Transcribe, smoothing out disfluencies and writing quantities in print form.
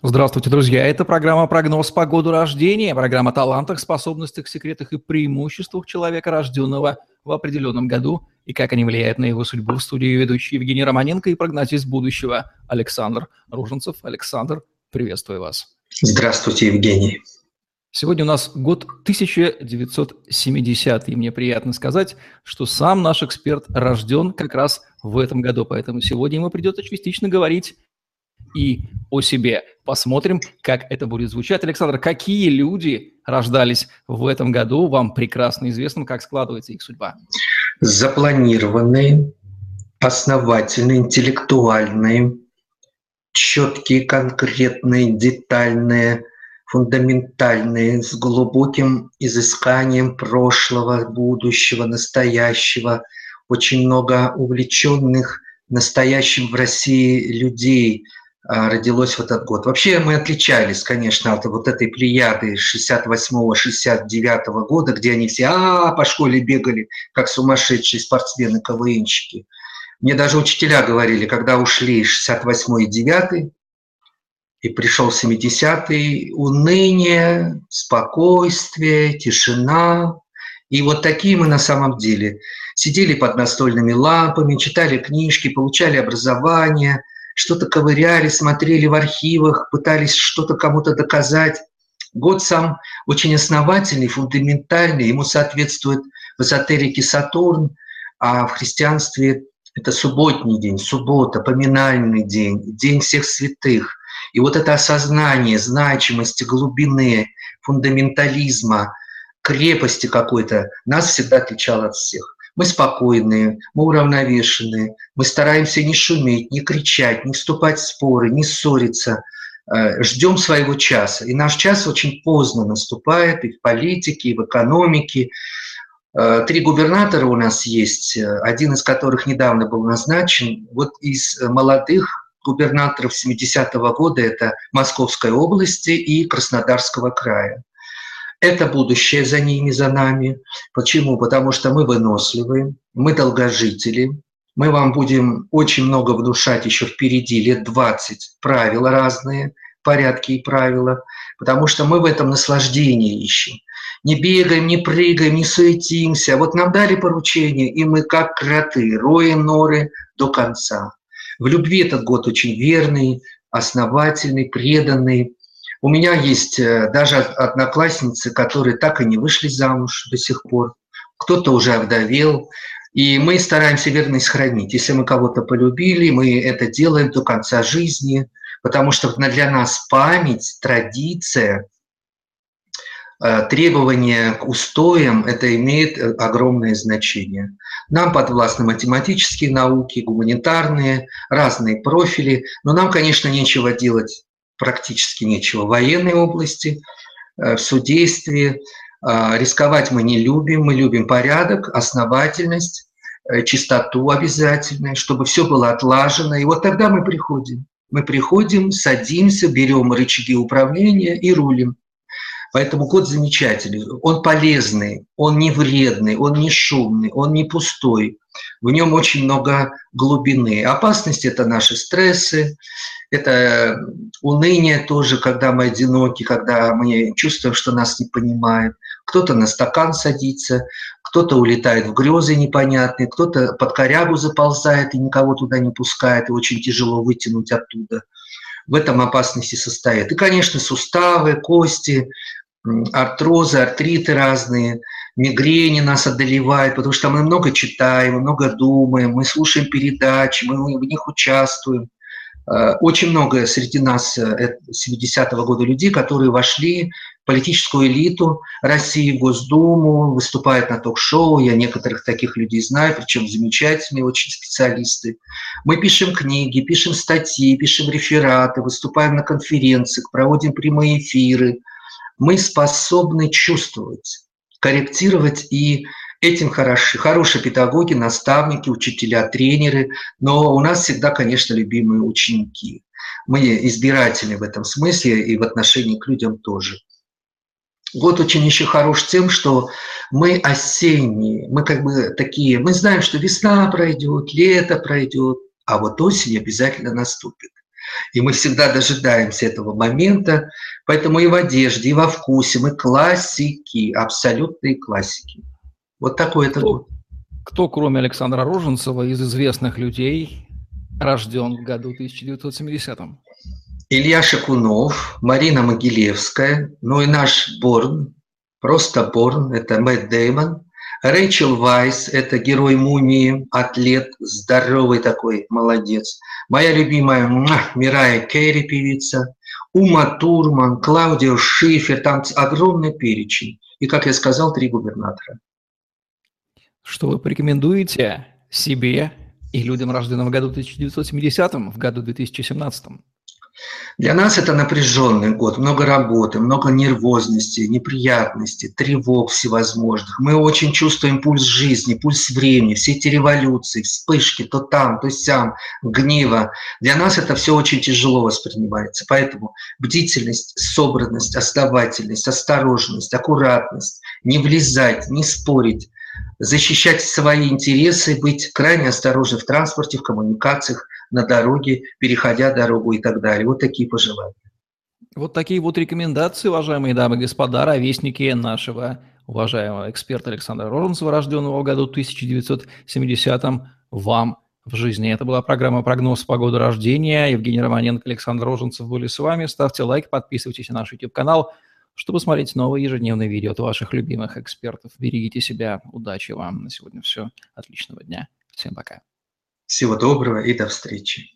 Здравствуйте, друзья! Это программа «Прогноз по году рождения», программа о талантах, способностях, секретах и преимуществах человека, рожденного в определенном году, и как они влияют на его судьбу. В студии ведущий Евгений Романенко и прогнозист будущего Александр Руженцев. Александр, приветствую вас. Здравствуйте, Евгений. Сегодня у нас год 1970, и мне приятно сказать, что сам наш эксперт рожден как раз в этом году, поэтому сегодня ему придется частично говорить и о себе. Посмотрим, как это будет звучать. Александр, какие люди рождались в этом году? Вам прекрасно известно, как складывается их судьба. Запланированные, основательные, интеллектуальные, четкие, конкретные, детальные, фундаментальные, с глубоким изысканием прошлого, будущего, настоящего. Очень много увлеченных настоящим в России людей родилось в этот год. Вообще мы отличались, конечно, от вот этой плеяды 68-69 года, где они все по школе бегали, как сумасшедшие спортсмены-КВНщики. Мне даже учителя говорили, когда ушли 68-й и 9-й, и пришел 70-й, уныние, спокойствие, тишина. И вот такие мы на самом деле. Сидели под настольными лампами, читали книжки, получали образование, что-то ковыряли, смотрели в архивах, пытались что-то кому-то доказать. Год сам очень основательный, фундаментальный, ему соответствует в эзотерике Сатурн, а в христианстве это субботний день, суббота, поминальный день, день всех святых. И вот это осознание значимости, глубины, фундаментализма, крепости какой-то нас всегда отличало от всех. Мы спокойные, мы уравновешенные, мы стараемся не шуметь, не кричать, не вступать в споры, не ссориться, ждем своего часа. И наш час очень поздно наступает и в политике, и в экономике. 3 губернатора у нас есть, один из которых недавно был назначен. Вот из молодых губернаторов 70-го года это Московской области и Краснодарского края. Это будущее за ними, за нами. Почему? Потому что мы выносливые, мы долгожители, мы вам будем очень много внушать еще впереди, лет 20, правила разные, порядки и правила, потому что мы в этом наслаждение ищем. Не бегаем, не прыгаем, не суетимся. Вот нам дали поручение, и мы как кроты, роем норы до конца. В любви этот год очень верный, основательный, преданный. У меня есть даже одноклассницы, которые так и не вышли замуж до сих пор. Кто-то уже овдовел. И мы стараемся верность хранить. Если мы кого-то полюбили, мы это делаем до конца жизни, потому что для нас память, традиция, требования к устоям – это имеет огромное значение. Нам подвластны математические науки, гуманитарные, разные профили, но нам, конечно, нечего делать, практически нечего в военной области, в судействе. Рисковать мы не любим, мы любим порядок, основательность, чистоту обязательно, чтобы все было отлажено. И вот тогда мы приходим. Мы приходим, садимся, берем рычаги управления и рулим. Поэтому год замечательный, он полезный, он не вредный, он не шумный, он не пустой. В нем очень много глубины. Опасность – это наши стрессы, это уныние тоже, когда мы одиноки, когда мы чувствуем, что нас не понимают. Кто-то на стакан садится, кто-то улетает в грезы непонятные, кто-то под корягу заползает и никого туда не пускает, и очень тяжело вытянуть оттуда. В этом опасности состоит. И, конечно, суставы, кости, артрозы, артриты разные, мигрени нас одолевают, потому что мы много читаем, мы много думаем, мы слушаем передачи, мы в них участвуем. Очень много среди нас 70-го года людей, которые вошли в политическую элиту России, в Госдуму, выступают на ток-шоу. Я некоторых таких людей знаю, причем замечательные очень специалисты. Мы пишем книги, пишем статьи, пишем рефераты, выступаем на конференциях, проводим прямые эфиры. Мы способны чувствовать, корректировать, и этим хороши. Хорошие педагоги, наставники, учителя, тренеры, но у нас всегда, конечно, любимые ученики. Мы избирательны в этом смысле и в отношении к людям тоже. Год очень еще хорош тем, что мы осенние, мы как бы такие, мы знаем, что весна пройдет, лето пройдет, а вот осень обязательно наступит. И мы всегда дожидаемся этого момента. Поэтому и в одежде, и во вкусе мы классики, абсолютные классики. Вот такой это год. Кто, кроме Александра Роженцева, из известных людей рожден в году 1970-м? Илья Шакунов, Марина Могилевская, ну и наш Борн, просто Борн, это Мэтт Дэймон. Рэйчел Вайс, это герой «Мумии», атлет, здоровый такой, молодец. Моя любимая Мирайя Керри, певица. Ума Турман, Клаудио Шифер, там огромный перечень. И, как я сказал, 3 губернатора. Что вы порекомендуете себе и людям, рожденным в году 1970-м, в году 2017-м? Для нас это напряженный год, много работы, много нервозности, неприятностей, тревог всевозможных. Мы очень чувствуем пульс жизни, пульс времени, все эти революции, вспышки то там, то сям, гнева. Для нас это все очень тяжело воспринимается. Поэтому бдительность, собранность, основательность, осторожность, аккуратность, не влезать, не спорить, защищать свои интересы, быть крайне осторожным в транспорте, в коммуникациях, на дороге, переходя дорогу и так далее. Вот такие пожелания. Вот такие вот рекомендации, уважаемые дамы и господа, ровесники нашего уважаемого эксперта Александра Роженцева, рожденного в году 1970-м, вам в жизни. Это была программа «Прогноз по году рождения». Евгений Романенко, Александр Роженцев были с вами. Ставьте лайк, подписывайтесь на наш YouTube-канал, чтобы смотреть новые ежедневные видео от ваших любимых экспертов. Берегите себя. Удачи вам. На сегодня все. Отличного дня. Всем пока. Всего доброго и до встречи.